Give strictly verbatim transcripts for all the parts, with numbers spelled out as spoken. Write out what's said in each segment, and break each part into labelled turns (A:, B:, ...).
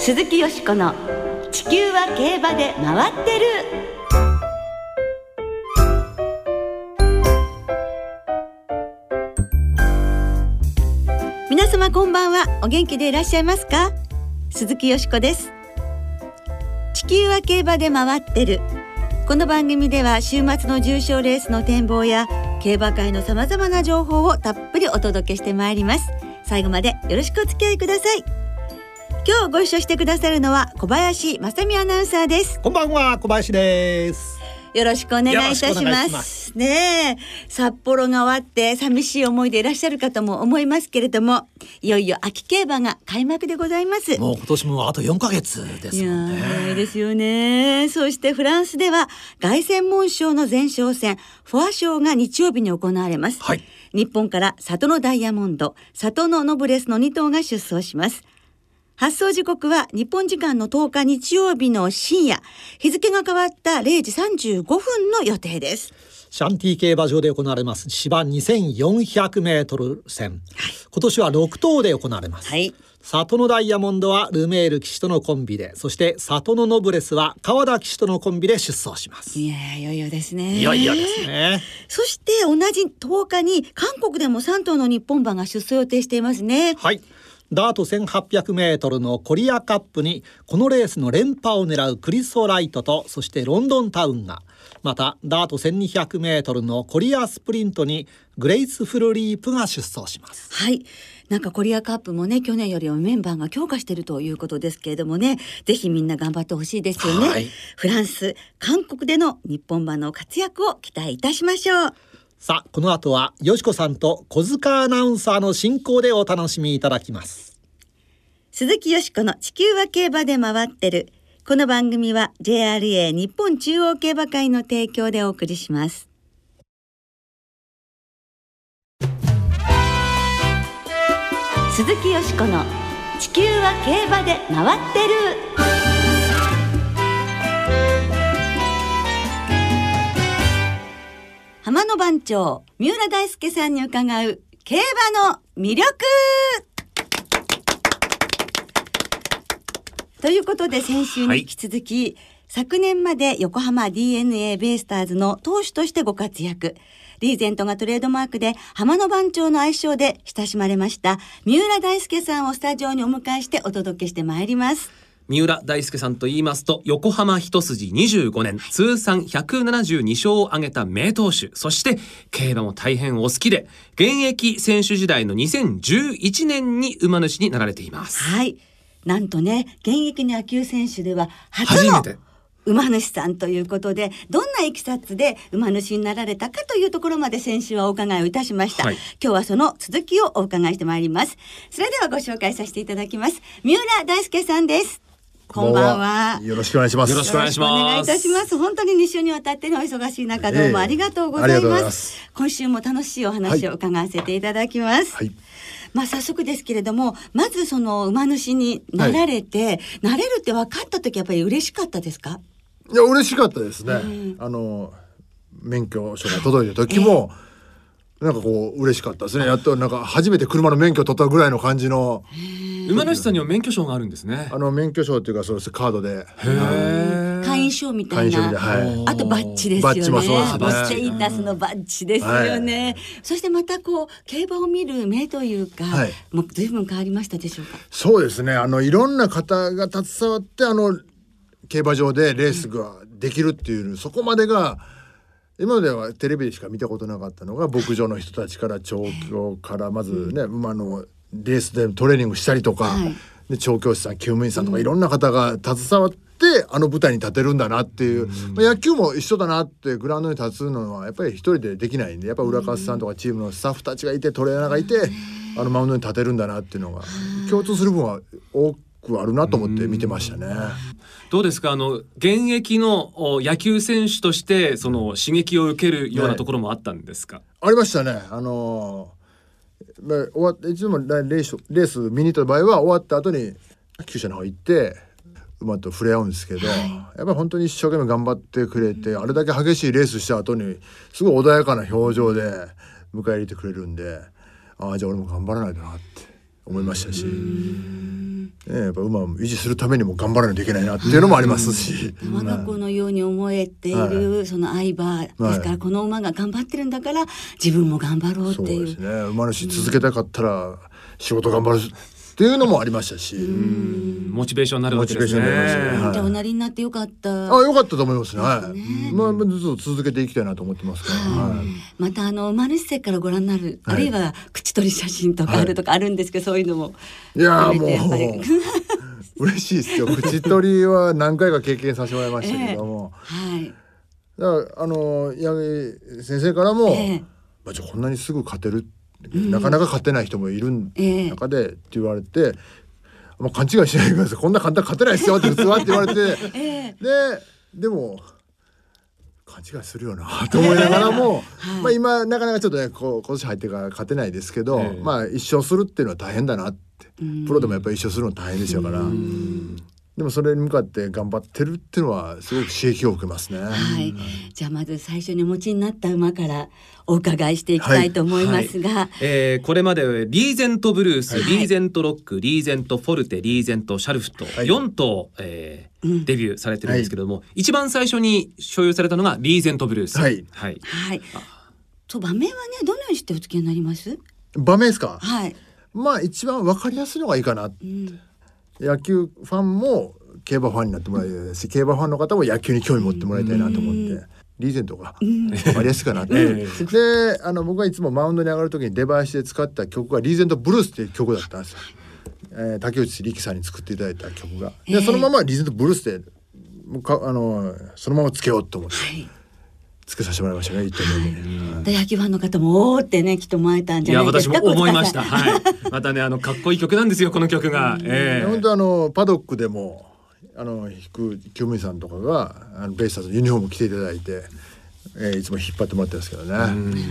A: 鈴木よしこの地球は競馬で回ってる。皆様こんばんは。お元気でいらっしゃいますか？鈴木よしこです。地球は競馬で回ってる。この番組では週末の重賞レースの展望や競馬界のさまざまな情報をたっぷりお届けしてまいります。最後までよろしくお付き合いください。今日ご一緒してくださるのは小林正美アナウンサーです。
B: こんばんは、小林です。
A: よろしくお願いいたします。ますねえ、札幌が終わって寂しい思いでいらっしゃる方も思いますけれども、いよいよ秋競馬が開幕でございます。
B: もう今年もあとよんかげつですもんね。
A: いや早いですよね。そしてフランスでは凱旋門賞の前哨戦フォア賞が日曜日に行われます、
B: はい、
A: 日本から里のダイヤモンド、里のノブレスのに頭が出走します。発走時刻は日本時間のとおか日曜日の深夜、日付が変わったれいじさんじゅうごふんの予定です。
B: シャンティ競馬場で行われます芝にせんよんひゃくメートル戦、はい、今年はろく頭で行われます、はい、里のダイヤモンドはルメール騎手とのコンビで、そして里のノブレスは川田騎手とのコンビで出走します。
A: いやいよいよですね。
B: いよいよですね。
A: そして同じとおかに韓国でもさん頭の日本馬が出走予定していますね。
B: はい、ダートせんはっぴゃくメートルのコリアカップにこのレースの連覇を狙うクリソライトと、そしてロンドンタウンが、またダートせんにひゃくメートルのコリアスプリントにグレイスフルリープが出走します。
A: はい、なんかコリアカップもね、去年よりもメンバーが強化しているということですけれどもね、ぜひみんな頑張ってほしいですよね、はい、フランス、韓国での日本馬の活躍を期待いたしましょう。
B: さあ、この後はよしこさんと小塚アナウンサーの進行でお楽しみいただきます。
A: 鈴木よしこの地球は競馬で回ってる。この番組は ジェイアールエー 日本中央競馬会の提供でお送りします。鈴木よしこの地球は競馬で回ってる。浜野番長三浦大輔さんに伺う競馬の魅力ということで、先週に引き続き、はい、昨年まで横浜 ディーエヌエー ベイスターズの投手としてご活躍、リーゼントがトレードマークで浜野番長の愛称で親しまれました三浦大輔さんをスタジオにお迎えしてお届けしてまいります。
C: 三浦大輔さんと言いますと、横浜一筋にじゅうごねん、はい、通算ひゃくななじゅうに勝を挙げた名投手、そして競馬も大変お好きで、現役選手時代のにせんじゅういちねんに馬主になられています。
A: はい、なんとね、現役の野球選手では初の馬主さんということで、どんないきさつで馬主になられたかというところまで先週はお伺いをいたしました、はい、今日はその続きをお伺いしてまいります。それではご紹介させていただきます。三浦大輔さんです。こんばんは。
D: よろしくお願いします。
C: よろしくお願いします。
A: お願いいたします。本当にに週にわたってのお忙しい中、どうもありがとうございます。えー、ありがとうございます。今週も楽しいお話を伺わせていただきます。はい、まあ、早速ですけれども、まずその馬主になられて、はい、なれるって分かった時やっぱり嬉しかったですか？
D: いや、嬉しかったですね、うん、あの免許証が届いた時も、えー、なんかこう嬉しかったですね。やっとなんか初めて車の免許取ったぐらいの感じの。
C: 馬主さんには免許証があるんですね。
D: あの免許証っていうか、そうです、カードで、
A: 会員証みたいな、はい、あとバッジですよね。バッジもそうですね。ステータスのバッジですよね、はい、そしてまたこう競馬を見る目というか、はい、もう随分変わりましたでしょうか？
D: そうですね、あのいろんな方が携わってあの競馬場でレースができるっていう、うん、そこまでが今まではテレビでしか見たことなかったのが、牧場の人たちから調教からまずね、うん、馬のレースでトレーニングしたりとか、はい、で調教師さん、厩務員さんとか、いろんな方が携わってあの舞台に立てるんだなっていう、うん、まあ、野球も一緒だなって。グラウンドに立つのはやっぱり一人でできないんで、やっぱ裏方さんとかチームのスタッフたちがいて、トレーナーがいて、あのマウンドに立てるんだなっていうのが共通する分は多くあるなと思って見てましたね。
C: どうですか、あの現役の野球選手としてその刺激を受けるようなところもあったんですか？ね、
D: ありましたね。あのーまあ、終わっていつもレース、レース見に行った場合は終わった後に厩舎の方行って馬と触れ合うんですけど、はい、やっぱり本当に一生懸命頑張ってくれて、うん、あれだけ激しいレースした後にすごい穏やかな表情で迎え入れてくれるんで、ああ、じゃあ俺も頑張らないとなって思いましたし、 ね、やっぱ馬を維持するためにも頑張らないといけないなっていうのもありますし、
A: 我が子のように思えている、はい、その相場ですから、はい、この馬が頑張ってるんだから自分も頑張ろうっていう。
D: そうですね、馬主続けたかったら仕事頑張るっていうのもありましたし、
C: うんモチベーションになるわけですね。
A: じゃあおなりになってよかった。
D: あ、よかったと思いますね。はい、まあ、ずっと続けていきたいなと思ってますから、はいはい、
A: またあの馬主席からご覧になる、はい、あるいは口取り写真とかあるとかあるんですけど、はい、そういうのも
D: いやもう嬉しいですよ。口取りは何回か経験させてもらいましたけども、えー、はい、だからあの八木先生からも、えーまあ、じゃあこんなにすぐ勝てる、うん、なかなか勝てない人もいる中で、えー、って言われて、まあ、勘違いしないでください、こんな簡単に勝てないですよって普通はって言われて、えー、ででも勘違いするよなと思いながらも、はい、まあ今なかなかちょっとねこう今年入ってから勝てないですけど、えー、まあ一勝するっていうのは大変だなって、プロでもやっぱり一勝するの大変でしょうから、でもそれに向かって頑張ってるっていうのはすごく刺激を受けますね。はい、
A: じゃあまず最初にお持ちになった馬からお伺いしていきたいと思いますが、はいはい、
C: えー、これまでリーゼントブルース、はい、リーゼントロック、リーゼントフォルテ、リーゼントシャルフとよん頭、えー、デビューされてるんですけれども、はい、一番最初に所有されたのがリーゼントブルース。はい
A: はいはい。と場面はねどのようにしてお付けになります？
D: 場面ですか？
A: はい。
D: まあ一番わかりやすいのがいいかな。うん、野球ファンも競馬ファンになってもらいたいですし、競馬ファンの方も野球に興味持ってもらいたいなと思って、リーゼントが分かりやすいかなって、であの僕がいつもマウンドに上がる時に出囃子で使った曲がリーゼントブルースっていう曲だったんですよ。えー、竹内力さんに作っていただいた曲が、でそのままリーゼントブルースでもうかあのそのままつけようと思って、はい、つけさせてもらいましたね。いってんね、
A: はい、で野球ファンの方もおーってねきっと思えたんじゃないですか。
C: いや私も思いました、はい、またねあのかっこいい曲なんですよこの曲が、
D: えー、本当あのパドックでもあの弾く清水さんとかがあのベイスターズのユニフォーム着ていただいて、えー、いつも引っ張ってもらってますけどね。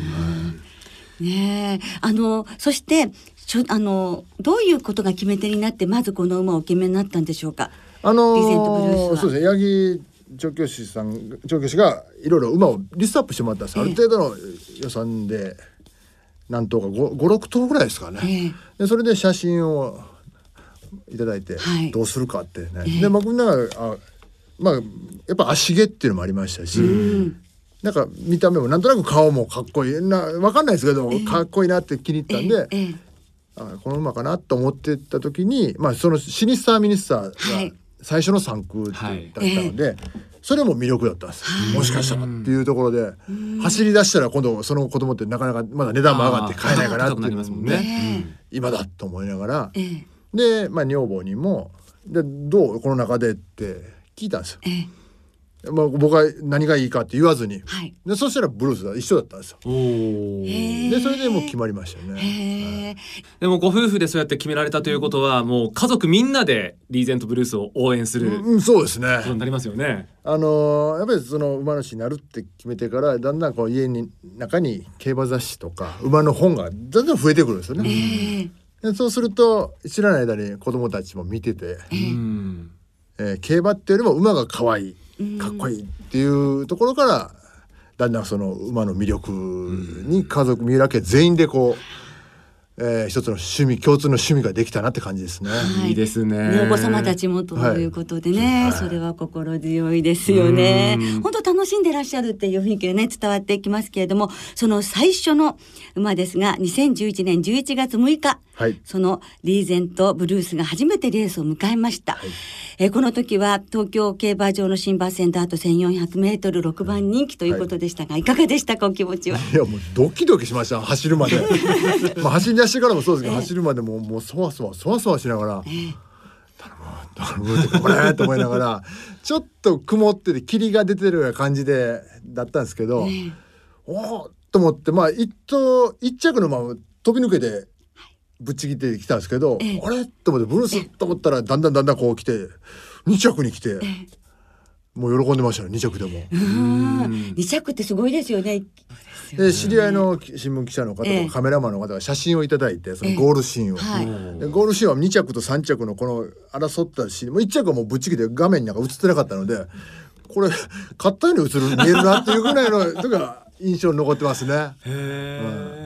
A: ねえ、あのそしてちょあのどういうことが決め手になってまずこの馬をお決めになったんでしょうか。
D: あのー、リーゼントブルースはそうですね、八木調教師さん調教師がいろいろ馬をリストアップしてもらったんです、えー、ある程度の予算で何頭かごろく頭ぐらいですかね、えー、でそれで写真をいただいてどうするかってね、はい、で僕なんかあまあやっぱ足毛っていうのもありましたし、うん、なんか見た目もなんとなく顔もかっこいいな、分かんないですけど、えー、かっこいいなって気に入ったんで、えーえー、あこの馬かなと思ってた時に、まあ、そのシニスターミニスターが最初のさん区だったので、はい、それも魅力だったんです、はい、もしかしたらっていうところで走り出したら今度その子供ってなかなかまだ値段も上がって買えないかなっていう、ね、今だと思いながら、えーで、まあ、女房にもでどうこの中でって聞いたんですよ、えまあ、僕は何がいいかって言わずに、はい、でそしたらブルースが一緒だったんですよ。おでそれでもう決まりましたよね、はい、
C: でもご夫婦でそうやって決められたということはもう家族みんなでリーゼントブルースを応援する、
D: うん、そうですね
C: ことになりますよね。
D: あのー、やっぱりその馬主になるって決めてからだんだんこう家に中に競馬雑誌とか馬の本がだんだん増えてくるんですよね、えーでそうすると知らない間に子供たちも見てて、うんえー、競馬っていうよりも馬が可愛いかっこいいっていうところからだんだんその馬の魅力に家族三浦家全員でこう、えー、一つの趣味共通の趣味ができたなって感じですね、
C: はい、いいですね。
A: お子様たちもということでね、はい、それは心強いですよね。本当楽しんでらっしゃるっていう雰囲気がね伝わってきますけれども、その最初の馬ですがにせんじゅういちねんじゅういちがつむいか、はい、そのリーゼントブルースが初めてレースを迎えました、はいえー、この時は東京競馬場の新馬戦ダートせんよんひゃくメートルろくばん人気ということでしたが、はい、いかがでしたかお気持ちは。
D: いやもうドキドキしました走るまでまあ走り出してからもそうですけど、えー、走るまでももうそわそわそわそわしながら、えー、頼む頼むって頑張れと思いながらちょっと曇ってて霧が出てるような感じでだったんですけど、えー、おーと思ってまあ一頭一着のまま飛び抜けてぶっちぎってきたんですけど、ええ、あれと思ってブルースと思ったらだんだんだんだんこう来てに着に来て、え、もう喜んでましたねに着でも。
A: うんに着ってすごいですよね。
D: で知り合いの新聞記者の方とかカメラマンの方が写真をいただいてそのゴールシーンを、はい、でゴールシーンはに着とさん着のこの争ったシーンもういち着はもうぶっちぎって画面なんか映ってなかったのでこれ勝ったように映る見えるなっていうぐらいのとか印象に残ってますね。
C: へー、うん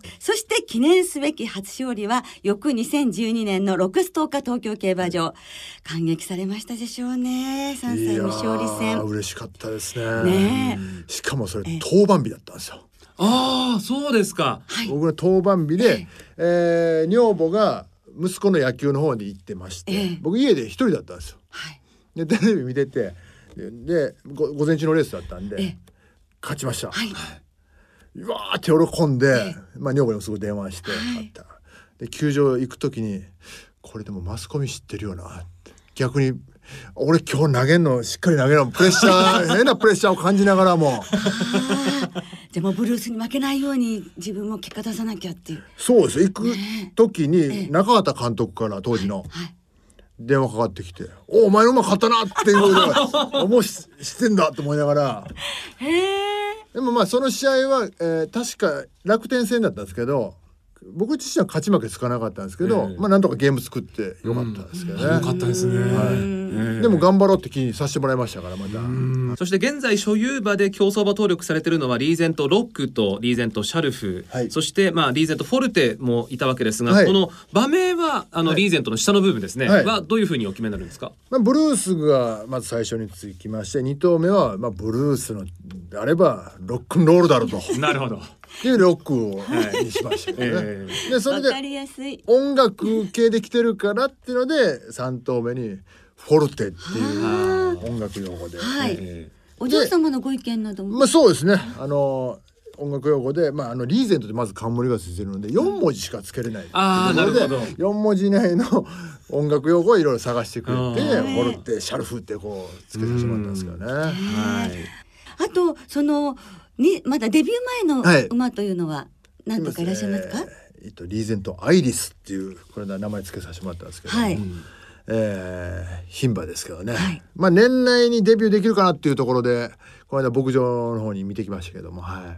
A: そして記念すべき初勝利は翌にせんじゅうにねんのろくがつとおか東京競馬場。感激されましたでしょうね。さんさいの勝利戦。
D: いやー嬉しかったですね。
A: ね
D: えしかもそれ当番日だったんですよ。
C: ああそうですか。
A: はい、
D: 僕の当番日で、えー、女房が息子の野球の方に行ってまして、
A: ええ、
D: 僕家で一人だったんですよ。
A: はい、
D: でテレビ見ててでご午前中のレースだったんで勝ちました。
A: はい、
D: うわーって喜んで、まあ、女房にもすぐ電話して、はい、で球場行く時にこれでもマスコミ知ってるよなって逆に俺今日投げんのしっかり投げるのプレッシャー変なプレッシャーを感じながらも
A: でもブルースに負けないように自分も結果出さなきゃっていう。
D: そうです行く時に中畑監督から当時の、
A: はい、
D: 電話かかってきて「お, お前の馬勝ったな」っていうのをもう知ってんだと思いながら
A: へ
D: でもまあその試合は、えー、確か楽天戦だったんですけど僕自身は勝ち負けつかなかったんですけど、えー、まあなんとかゲーム作ってよかったですけどね。
C: よかったですね、はい、え
D: ー、でも頑張ろうって気にさせてもらいましたからまた。
C: そして現在所有馬で競走馬登録されているのはリーゼントロックとリーゼントシャルフ、はい、そしてまあリーゼントフォルテもいたわけですが、はい、この馬名はあの、はい、リーゼントの下の部分ですね、はい、はどういうふうにお決めになるんですか。
D: まあ、ブルースがまず最初につきましてに頭目はまあブルースのであればロックンロールだろうと
C: なるほど
D: っていうロックを、はい、にしましたよね、えー、でそれで音楽系で来てるからっていうのでさん頭目にフォルテっていう音楽用語で、
A: はい、えー、お嬢様のご意見なども、
D: まあ、そうですねあの音楽用語で、まあ、あのリーゼントでまず冠がついてるのでよん文字しかつけれない、うん、
C: あーなるほど
D: よん文字以内の音楽用語をいろいろ探してくれてフォルテシャルフってこうつけてしまったんですけどね、はい、
A: あとそのにまだデビュー前の馬というのは何とかいらっしゃいますか。はい、
D: えーえっと、リーゼントアイリスっていうこれ名前つけさせてもらったんですけど、はい、えー、牝馬ですけどね、はい、まあ年内にデビューできるかなっていうところでこの間牧場の方に見てきましたけども、はい、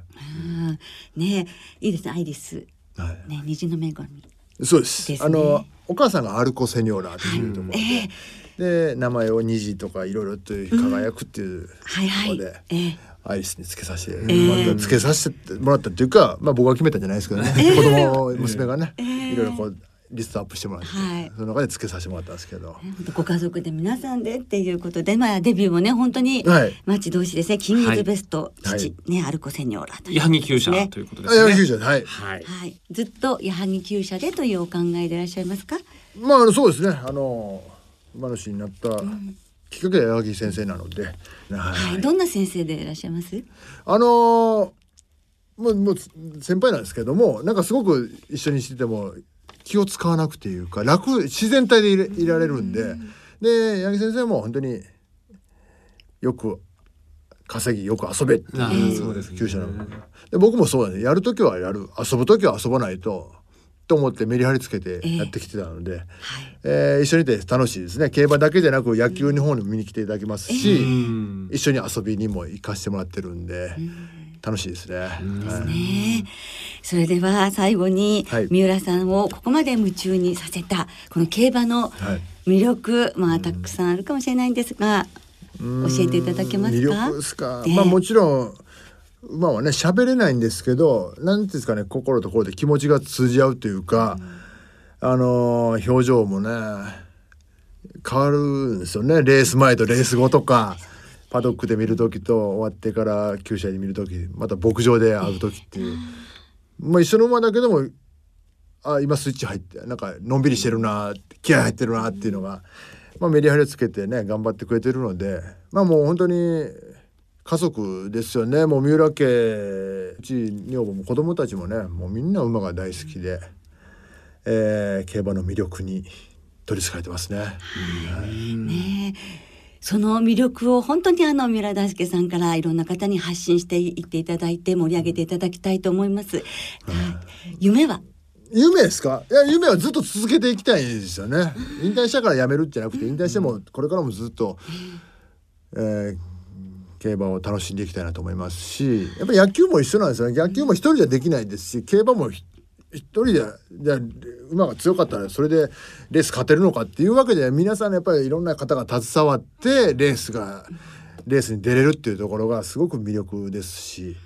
A: ねいいですねアイリス、はい、ね虹の女神
D: そうです、です、ね、あのお母さんがアルコセニョーラっていうところで、はい、えー、で名前を虹とかいろいろと輝くっていうところで、うん、はいはい、えーアイリスにつけさせて、えー、つけさせてもらったっていうか、まあ、僕が決めたんじゃないですけどね、えー、子供娘がね、えー、いろいろこうリストアップしてもらって、はい、その中でつけさせてもらったんですけど、
A: ご家族で皆さんでっていうことで、まあ、デビューもね本当に待ち遠しいですね、はい、キングズベスト、はい、父、ね、アルコセニョーラという、ね、
C: 矢作厩舎ということですね。
D: 矢作厩舎で、はい、
A: はいはい、ずっと矢作厩舎でというお考えでいらっしゃいますか。
D: まあ、あのそうですねあの馬主になった、うん、きっかけは矢作先生なので、
A: はいはい、どんな先生でいらっしゃいます。
D: あのー、もう、もう先輩なんですけどもなんかすごく一緒にしてても気を使わなくていうか楽自然体でいれいられるんで、うん、で矢作先生も本当によく稼ぎよく遊べっていう厩舎なので、で僕もそうだねやるときはやる遊ぶときは遊ばないとと思ってメリハリつけてやってきてたので、えーえー、一緒にいて楽しいですね。競馬だけじゃなく野球の方にも見に来ていただきますし、えー、一緒に遊びにも行かせてもらってるんで、楽しいですね。
A: ですね。それでは最後に、はい、三浦さんをここまで夢中にさせたこの競馬の魅力、はい、まあたくさんあるかもしれないんですが、教えていただけますか。
D: 魅力ですか。まあもちろん馬はね喋れないんですけど、なんていうんですかね、心と心で気持ちが通じ合うというか、うん、あのー、表情もね変わるんですよね。レース前とレース後とか。パドックで見る時と終わってから厩舎で見る時また牧場で会う時っていう、まあ、一緒の馬だけでもあ今スイッチ入ってなんかのんびりしてるな気合入ってるなっていうのが、まあ、メリハリつけてね頑張ってくれてるので、まあもう本当に家族ですよね。もう三浦家うち女房も子供たちもねもうみんな馬が大好きで、えー、競馬の魅力に取り憑かれてますね。
A: うんねその魅力を本当にあの三浦大輔さんからいろんな方に発信していっていただいて盛り上げていただきたいと思います。夢は
D: 夢ですか。いや夢はずっと続けていきたいですよね。引退したからやめるんじゃなくて引退してもこれからもずっと、えー、競馬を楽しんでいきたいなと思いますし、やっぱり野球も一緒なんですよね。野球も一人じゃできないですし競馬も一人でじゃあ馬が強かったらそれでレース勝てるのかっていうわけで皆さんやっぱりいろんな方が携わってレースがレースに出れるっていうところがすごく魅力ですし、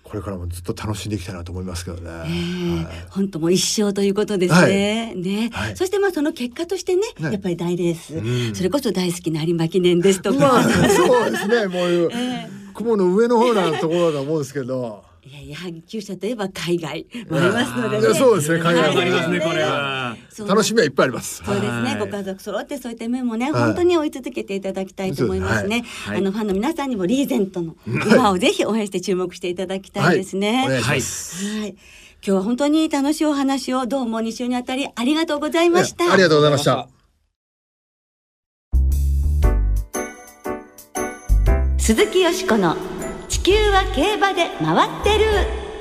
D: これからもずっと楽しんでいきたいなと思いますけどね。
A: えー
D: はい、
A: 本当もう一生ということですね。はい、ね、はい、そしてまあその結果としてね、ねやっぱり大レース、うん、それこそ大好きな有馬記念ですとか、
D: まあ、そうですね、もういう、えー、雲の上の方なところだと思うんですけど。
A: いやいや阪急車といえば海外もありますのでね。
D: そうですね、海外
C: もありますね、これは。
D: 楽しみはいっぱいあります。
A: そうですね、ご家族揃ってそういった面もね、本当に追い続けていただきたいと思いますね。あのファンの皆さんにもリーゼントの馬をぜひ応援して注目していただきたいですね。
D: はい、お願いします。
A: はい、今日は本当に楽しいお話をどうもに週にあたりありがとうございました。
D: ありがとうございました。
A: 鈴木よしこの地球は競馬で回ってる。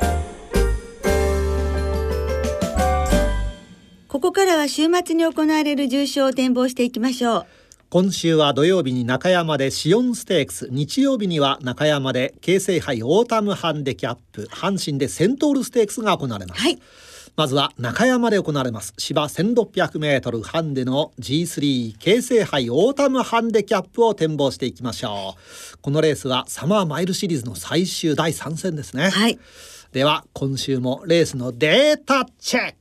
A: ここからは週末に行われる重賞を展望していきましょう。
B: 今週は土曜日に中山でシオンステークス、日曜日には中山で京成杯オータムハンデキャップ、阪神でセントールステークスが行われます。はい、まずは中山で行われます芝せんろっぴゃくメートルハンデの ジースリー 京成杯オータムハンデキャップを展望していきましょう。このレースはサマーマイルシリーズの最終だいさん戦ですね。はい、では今週もレースのデータチェック。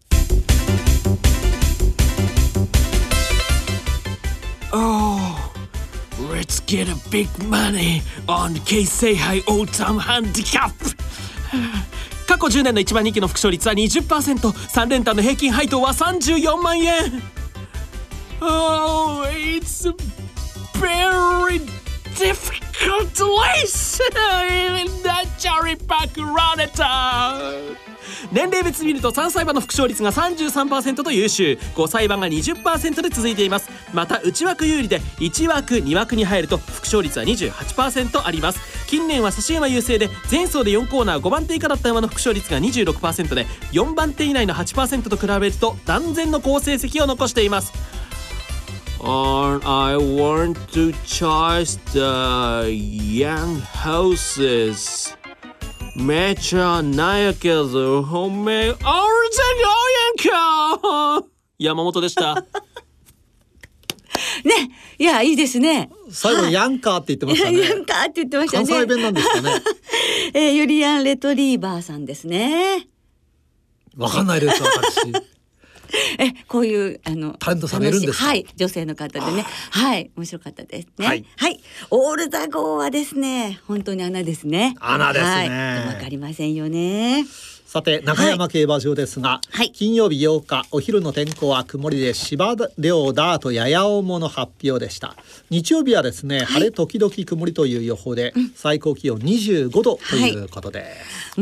E: Oh, let's get a big money on 京成杯オータムハンデキャップ。過去じゅうねんの一番人気の副勝率は にじゅっパーセント、 さん連単の平均配当はさんじゅうよんまんえん。 Oh, it's a very difficult race in the cherry pack roundabout。年齢別見るとさんさい馬の副勝率が さんじゅうさんパーセント と優秀、ごさい馬が にじゅっパーセント で続いています。また内枠有利でいち枠に枠に入ると副勝率は にじゅうはちパーセント あります。近年は差し馬優勢で前走でよんコーナーごばん手以下だった馬の副勝率が にじゅうろくパーセント でよんばん手以内の はちパーセント と比べると断然の好成績を残しています。And I want to choose the young horses。めちゃないやけど本命オルゼゴヤンか。山本でしたね。
A: いやいいですね。
B: 最後ヤンカーって言ってましたね。
A: ヤンカーって言ってましたね。
B: 関西弁なんですかね。
A: えー、ユリアン・レトリーバーさんですね。
B: わかんないです私。
A: えこういうあの
B: タレントさんいるんですか。
A: はい、女性の方でね、はい面白かったですね。はい、はい、オールザゴーはですね本当に穴ですね。
B: 穴ですね。
A: はい、わかりませんよね。
B: さて中山競馬場ですが、はい、金曜日ようかお昼の天候は曇りで芝涼ダートやや重の発表でした。日曜日はですね、はい、晴れ時々曇りという予報で、うん、最高気温にじゅうごどということで、はい、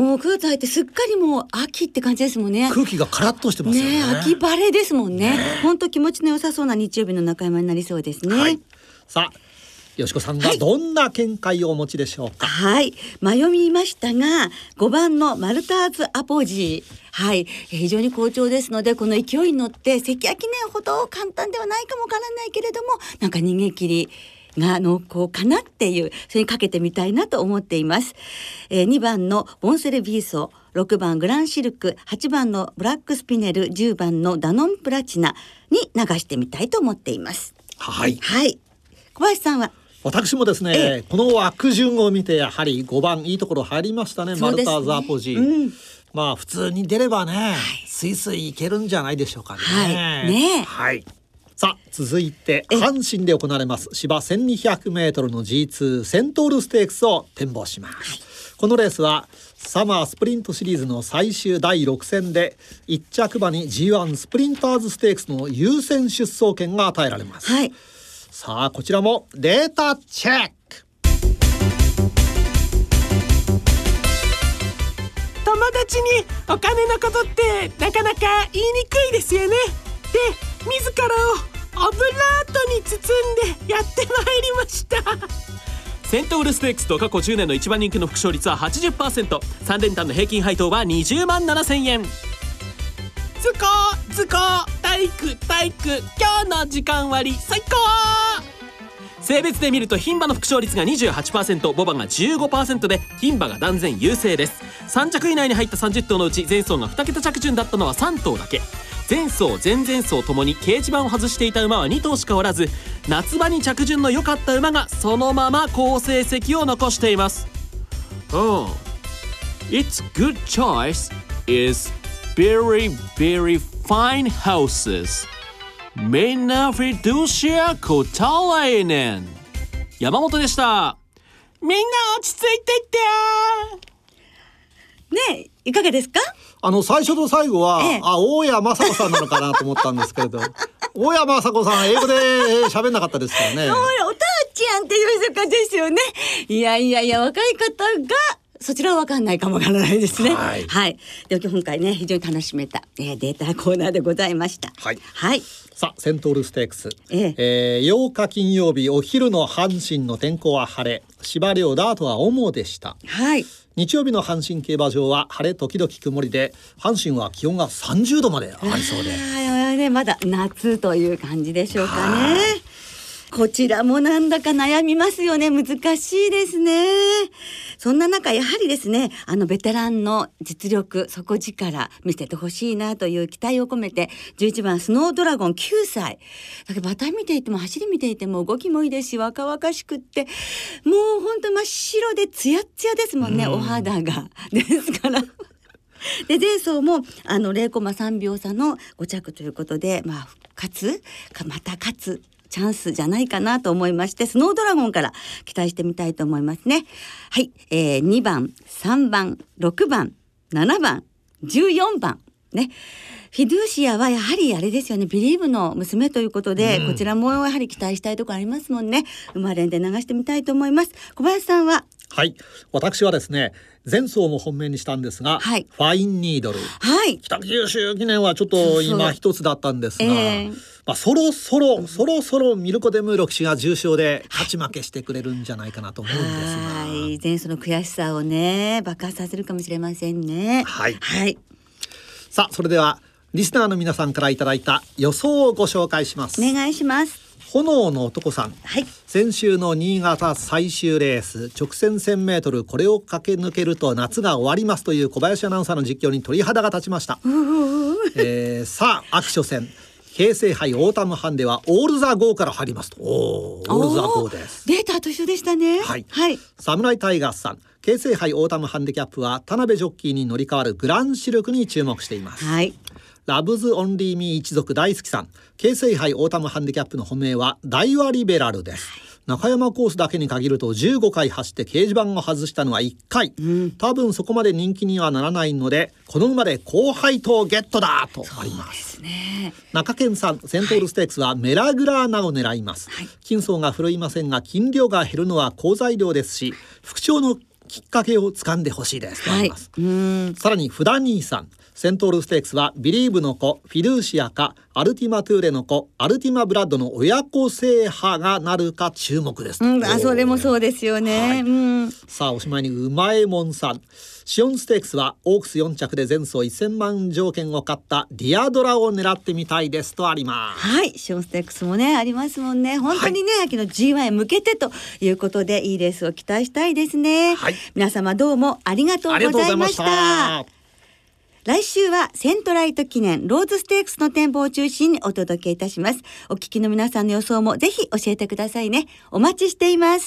A: もうくがつ入ってすっかりもう秋って感じですもんね。
B: 空気がカラッとしてますよね。
A: ね、秋晴れですもんね。本当気持ちの良さそうな日曜日の中山になりそうですね。はい、さあよしこさんがどんな見解をお持ちでしょうか。はい、迷いましたがごばんのマルターズアポジー、はい、非常に好調ですのでこの勢いに乗って関谷記念ほど簡単ではないかもわからないけれどもなんか逃げ切りが濃厚かなっていうそれにかけてみたいなと思っています。えー、にばんのボンセルビーソ、ろくばんグランシルク、はちばんのブラックスピネル、じゅうばんのダノンプラチナに流してみたいと思っています。
B: はい、
A: はい、小林さんは。
B: 私もですねこの枠順を見てやはりごばんいいところ入りましたね。マルターズアポジー、うん、まあ普通に出ればね、はい、スイスイいけるんじゃないでしょうかね。
A: はいね、
B: はい、さあ続いて阪神で行われます芝せんにひゃくメートルの ジーツー セントールステークスを展望します。はい、このレースはサマースプリントシリーズの最終だいろく戦でいっ着馬に ジーワン スプリンターズステークスの優先出走権が与えられます。はい、さあこちらもデータチェック。
E: 友達にお金のことってなかなか言いにくいですよね。で自らをオブラートに包んでやってまいりました。セントウルステークスと過去じゅうねんの一番人気の副勝率は はちじゅっパーセント、 さん連単の平均配当はにじゅうまんななせんえん。図工図工体育体育今日の時間割最高。性別で見ると牝馬の副勝率が にじゅうはちパーセント、 牡馬が じゅうごパーセント で牝馬が断然優勢です。さん着以内に入ったさんじゅっ頭のうち前走がに桁着順だったのはさん頭だけ。前走前々走ともに掲示板を外していた馬はに頭しかおらず夏場に着順の良かった馬がそのまま好成績を残しています。うん Its good choice is very very fine houses. Minna fiducia Kotalainen。山本でした。みんな落ち着いてって
A: ね、いかがですか？
B: あの最初と最後は、
A: ええ、
B: あ大谷雅子さんなのかなと思ったんですけれど大谷雅子さん英語で喋んなかったですからね。
A: ほらおたーちゃんっていう人かですよね。いやいやいや、若い方がそちらは分かんないかもわからないですね。
B: はい、
A: はい、で今回ね非常に楽しめた、えー、データコーナーでございました。
B: はい、
A: はい、
B: さあセントールステークス、
A: ええ
B: えー、ようか金曜日お昼の阪神の天候は晴れ、芝涼ダートは主でした。
A: はい、
B: 日曜日の阪神競馬場は晴れ時々曇りで、阪神は気温がさんじゅうどまで上がりそうで、
A: あね、まだ夏という感じでしょうかね。こちらもなんだか悩みますよね。難しいですね。そんな中やはりですね、あのベテランの実力底力見せてほしいなという期待を込めてじゅういちばんスノードラゴンきゅうさいだけど、馬体見ていても走り見ていても動きもいいですし若々しくって、もう本当真っ白でツヤッツヤですもんね、お肌がですからで前走もあの ゼロコンマさんびょう差のご着ということで、まあ勝つかまた勝つチャンスじゃないかなと思いまして、スノードラゴンから期待してみたいと思いますね。はい、えー、にばんさんばんろくばんななばんじゅうよんばんね。フィドゥーシアはやはりあれですよね、ビリーブの娘ということで、うん、こちらもやはり期待したいところありますもんね。馬連で流してみたいと思います。小林さんは？
B: はい、私はですね前走も本命にしたんですが、はい、ファインニードル、
A: はい、
B: 北九州記念はちょっと今一つだったんですが、
A: そうそう、えー
B: まあ、そろそろそろそろミルコ・デムーロ騎手が重賞で勝ち負けしてくれるんじゃないかなと思うんですが、
A: はい、前走の悔しさをね爆発させるかもしれませんね。
B: はい、
A: はい、
B: さあそれではリスナーの皆さんからいただいた予想をご紹介します。
A: お願いします。
B: 炎の男さん、
A: はい、
B: 先週の新潟最終レース直線せんメートル、これを駆け抜けると夏が終わりますという小林アナウンサーの実況に鳥肌が立ちました。えー、さあ秋初戦京成杯オータムハンデはオールザゴーから入りますと。おー、オールザゴーです。
A: データと一緒でしたね。
B: はい、
A: はい、
B: サムライタイガースさん、京成杯オータムハンデキャップは田辺ジョッキーに乗り換わるグランシルクに注目しています。
A: はい、
B: ラブズオンリーミー一族大好きさん、京成杯オータムハンデキャップの本命は大和リベラルです。中山コースだけに限るとじゅうごかい走って掲示板を外したのはいっかい、うん、多分そこまで人気にはならないのでこの馬で高配当ゲットだとあります。
A: そうですね、
B: 中堅さん、セントールステークスはメラグラーナを狙います、はい、金層が振るいませんが金量が減るのは好材料ですし復調のきっかけを掴んでほしいですとあります、はい、うーん、さらにフダ兄さん、セントールステークスはビリーブの子フィルーシアかアルティマトゥーレの子アルティマブラッドの親子制覇がなるか注目です、
A: うん、あそれもそうですよね、はい、うん、
B: さあおしまいにうまえもんさん、シオンステークスはオークスよん着で前走せんまん条件を勝ったディアドラを狙ってみたいですとあります。
A: はい、シオンステークスもねありますもんね。本当にね、はい、秋の ジーワン へ向けてということでいいレースを期待したいですね、はい、皆様どうもありがとうございました。来週はセントライト記念ローズステークスの展望を中心にお届けいたします。お聞きの皆さんの予想もぜひ教えてくださいね。お待ちしています。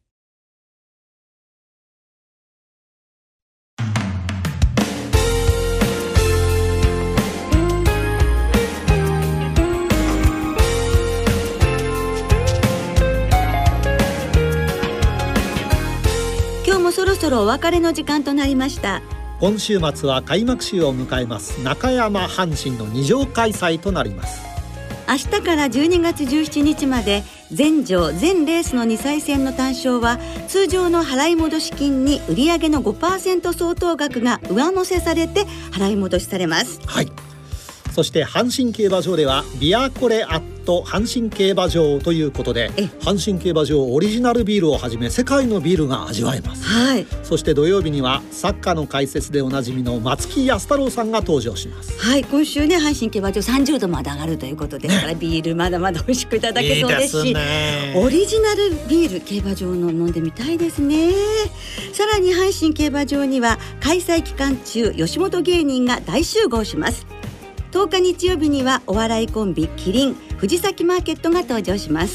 A: 今日もそろそろお別れの時間となりました。
B: 今週末は開幕週を迎えます中山阪神のに乗開催となります。
A: 明日からじゅうにがつじゅうしちにちまで全場全レースのにさい戦の単勝は通常の払い戻し金に売上の ごパーセント 相当額が上乗せされて払い戻しされます。
B: はい、そして阪神競馬場ではビアコレアット阪神競馬場ということで阪神競馬場オリジナルビールをはじめ世界のビールが味わえます、
A: はい、
B: そして土曜日にはサッカーの解説でおなじみの松木安太郎さんが登場します。
A: はい、今週ね阪神競馬場さんじゅうどまで上がるということですから、ね、ビールまだまだ美味しくいただけそうですし、いいですね、オリジナルビール競馬場の飲んでみたいですね。さらに阪神競馬場には開催期間中吉本芸人が大集合します。とおか日曜日にはお笑いコンビキリン藤崎マーケットが登場します。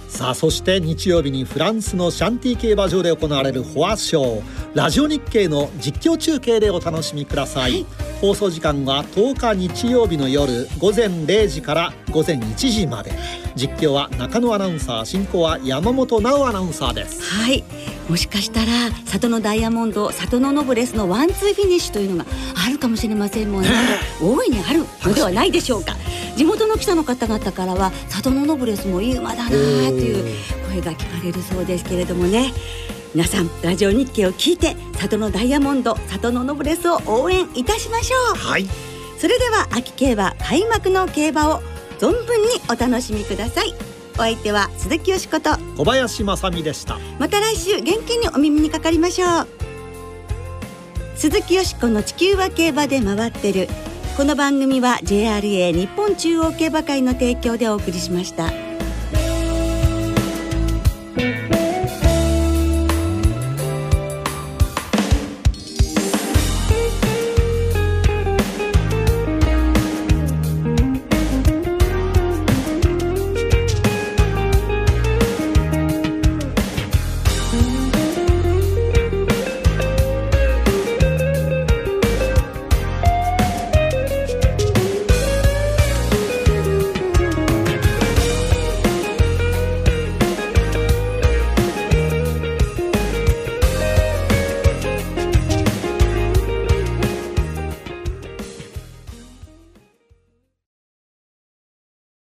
B: さあそして日曜日にフランスのシャンティ競馬場で行われるフォアショー、ラジオ日経の実況中継でお楽しみください、はい、放送時間はとおか日曜日の夜ごぜんれいじからごぜんいちじまで。実況は中野アナウンサー、進行は山本直アナウンサーです。
A: はい、もしかしたら里のダイヤモンド、里のノブレスのワンツーフィニッシュというのがあるかもしれませんもんね。大いにあるのではないでしょうか。地元の記者の方々からは里のノブレスもいい馬だなという声が聞かれるそうですけれどもね、皆さんラジオ日経を聞いて里のダイヤモンド、里のノブレスを応援いたしましょう。
B: はい、
A: それでは秋競馬開幕の競馬を存分にお楽しみください。お相手は鈴木よしこと
B: 小林正美でした。
A: また来週元気にお耳にかかりましょう。鈴木よしこの地球は競馬で回ってる。この番組は ジェイアールエー 日本中央競馬会の提供でお送りしました。